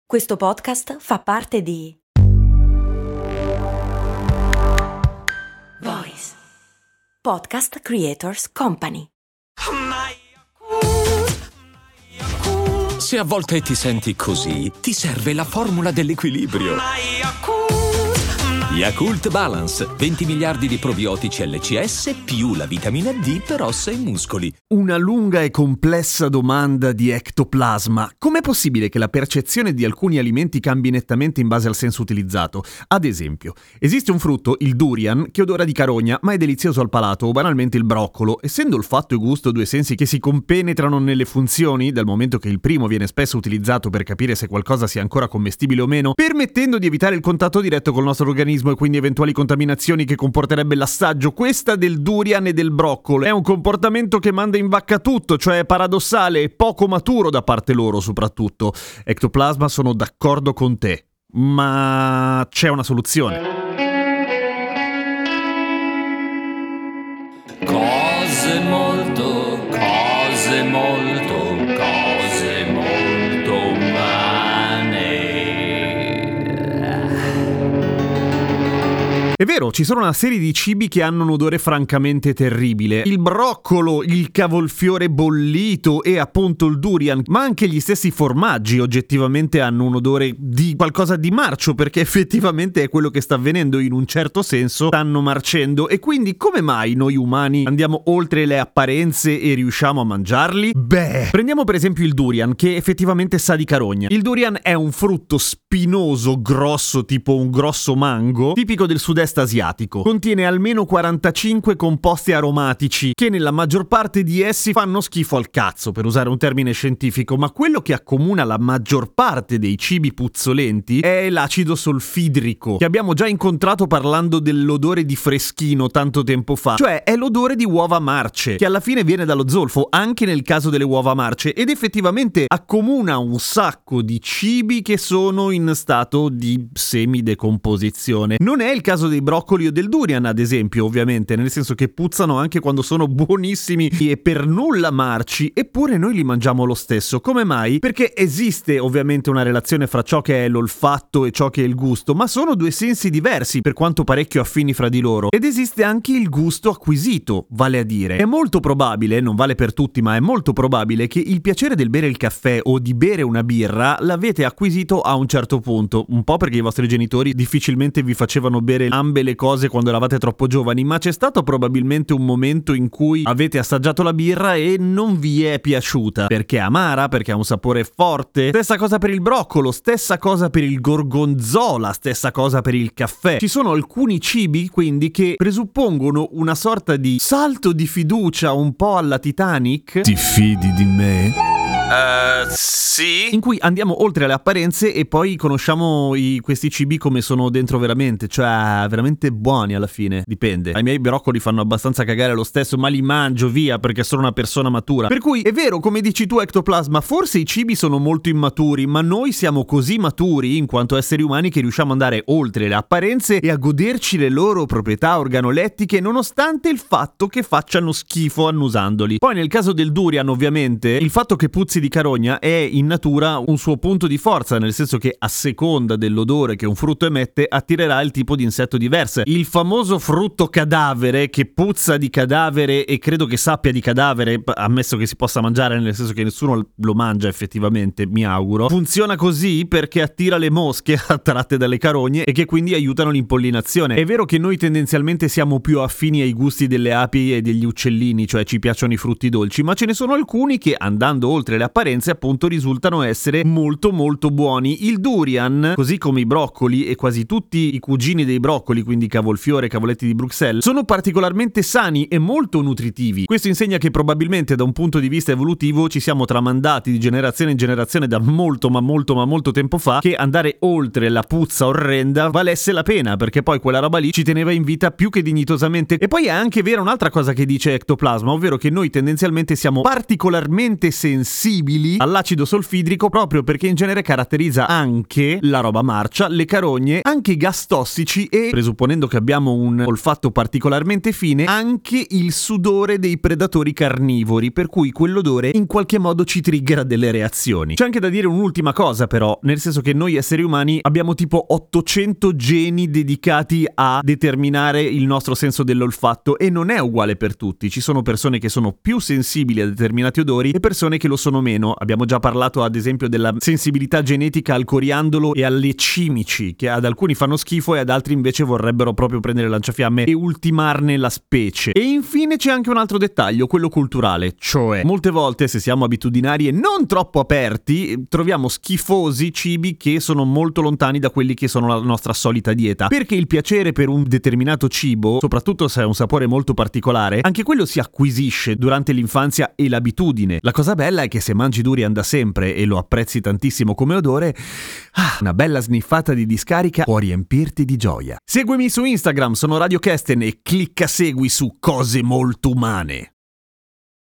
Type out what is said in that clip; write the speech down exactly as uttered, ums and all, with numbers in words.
Questo podcast fa parte di Voice Podcast Creators Company. Se a volte ti senti così, ti serve la formula dell'equilibrio. Yakult Balance, venti miliardi di probiotici L C S più la vitamina D per ossa e muscoli. Una lunga e complessa domanda di ectoplasma. Com'è possibile che la percezione di alcuni alimenti cambi nettamente in base al senso utilizzato? Ad esempio, esiste un frutto, il durian, che odora di carogna, ma è delizioso al palato, o banalmente il broccolo. Essendo olfatto e gusto due sensi che si compenetrano nelle funzioni, dal momento che il primo viene spesso utilizzato per capire se qualcosa sia ancora commestibile o meno, permettendo di evitare il contatto diretto col nostro organismo e quindi eventuali contaminazioni che comporterebbe l'assaggio, questa del durian e del broccolo è un comportamento che manda in vacca tutto, cioè paradossale e poco maturo da parte loro soprattutto. Ectoplasma, sono d'accordo con te, ma c'è una soluzione. Cose molto, cose molto, cose molto umane. È vero, ci sono una serie di cibi che hanno un odore francamente terribile. Il broccolo, il cavolfiore bollito e appunto il durian, ma anche gli stessi formaggi oggettivamente hanno un odore di qualcosa di marcio, perché effettivamente è quello che sta avvenendo, in un certo senso stanno marcendo. E quindi come mai noi umani andiamo oltre le apparenze e riusciamo a mangiarli? Beh, prendiamo per esempio il durian, che effettivamente sa di carogna. Il durian è un frutto spinoso, grosso, tipo un grosso mango, tipico del sud-est asiatico. Contiene almeno quarantacinque composti aromatici che nella maggior parte di essi fanno schifo al cazzo, per usare un termine scientifico, ma quello che accomuna la maggior parte dei cibi puzzolenti è l'acido solfidrico, che abbiamo già incontrato parlando dell'odore di freschino tanto tempo fa, cioè è l'odore di uova marce, che alla fine viene dallo zolfo anche nel caso delle uova marce, ed effettivamente accomuna un sacco di cibi che sono in stato di semidecomposizione. Non è il caso dei broccoli o del durian, ad esempio, ovviamente, nel senso che puzzano anche quando sono buonissimi e per nulla marci, eppure noi li mangiamo lo stesso. Come mai? Perché esiste ovviamente una relazione fra ciò che è l'olfatto e ciò che è il gusto, ma sono due sensi diversi, per quanto parecchio affini fra di loro, ed esiste anche il gusto acquisito, vale a dire. È molto probabile, non vale per tutti, ma è molto probabile che il piacere del bere il caffè o di bere una birra l'avete acquisito a un certo punto, un po' perché i vostri genitori difficilmente vi facevano bere ambe le cose quando eravate troppo giovani, ma c'è stato probabilmente un momento in cui avete assaggiato la birra e non vi è piaciuta, perché è amara, perché ha un sapore forte. Stessa cosa per il broccolo, stessa cosa per il gorgonzola, stessa cosa per il caffè. Ci sono alcuni cibi quindi che presuppongono una sorta di salto di fiducia un po' alla Titanic. Ti fidi di me? Uh, sì. In cui andiamo oltre le apparenze e poi conosciamo i, questi cibi come sono dentro veramente, cioè veramente buoni alla fine, dipende. I miei broccoli fanno abbastanza cagare lo stesso, ma li mangio via perché sono una persona matura. Per cui è vero, come dici tu Ectoplasma, forse i cibi sono molto immaturi, ma noi siamo così maturi in quanto esseri umani che riusciamo ad andare oltre le apparenze e a goderci le loro proprietà organolettiche nonostante il fatto che facciano schifo annusandoli. Poi nel caso del durian, ovviamente, il fatto che puzzi di carogna è in natura un suo punto di forza, nel senso che a seconda dell'odore che un frutto emette attirerà il tipo di insetto diverso. Il famoso frutto cadavere che puzza di cadavere e credo che sappia di cadavere, ammesso che si possa mangiare, nel senso che nessuno lo mangia effettivamente, mi auguro, funziona così perché attira le mosche attratte dalle carogne e che quindi aiutano l'impollinazione. È vero che noi tendenzialmente siamo più affini ai gusti delle api e degli uccellini, cioè ci piacciono i frutti dolci, ma ce ne sono alcuni che, andando oltre le apparenze, appunto risultano essere molto molto buoni. Il durian, così come i broccoli e quasi tutti i cugini dei broccoli, quindi cavolfiore, cavoletti di Bruxelles, sono particolarmente sani e molto nutritivi. Questo insegna che probabilmente da un punto di vista evolutivo ci siamo tramandati di generazione in generazione da molto ma molto ma molto tempo fa che andare oltre la puzza orrenda valesse la pena, perché poi quella roba lì ci teneva in vita più che dignitosamente. E poi è anche vera un'altra cosa che dice Ectoplasma, ovvero che noi tendenzialmente siamo particolarmente sensibili sensibili all'acido solfidrico proprio perché in genere caratterizza anche la roba marcia, le carogne, anche i gas tossici e, presupponendo che abbiamo un olfatto particolarmente fine, anche il sudore dei predatori carnivori, per cui quell'odore in qualche modo ci triggera delle reazioni. C'è anche da dire un'ultima cosa però, nel senso che noi esseri umani abbiamo tipo ottocento geni dedicati a determinare il nostro senso dell'olfatto e non è uguale per tutti. Ci sono persone che sono più sensibili a determinati odori e persone che lo sono meno. Abbiamo già parlato ad esempio della sensibilità genetica al coriandolo e alle cimici, che ad alcuni fanno schifo e ad altri invece vorrebbero proprio prendere lanciafiamme e ultimarne la specie. E infine c'è anche un altro dettaglio, quello culturale, cioè molte volte se siamo abitudinari e non troppo aperti troviamo schifosi cibi che sono molto lontani da quelli che sono la nostra solita dieta, perché il piacere per un determinato cibo, soprattutto se ha un sapore molto particolare, anche quello si acquisisce durante l'infanzia e l'abitudine. La cosa bella è che se mangi durian da sempre e lo apprezzi tantissimo come odore, ah, una bella sniffata di discarica può riempirti di gioia. Seguimi su Instagram, sono Radio Kesten e clicca segui su Cose Molto Umane.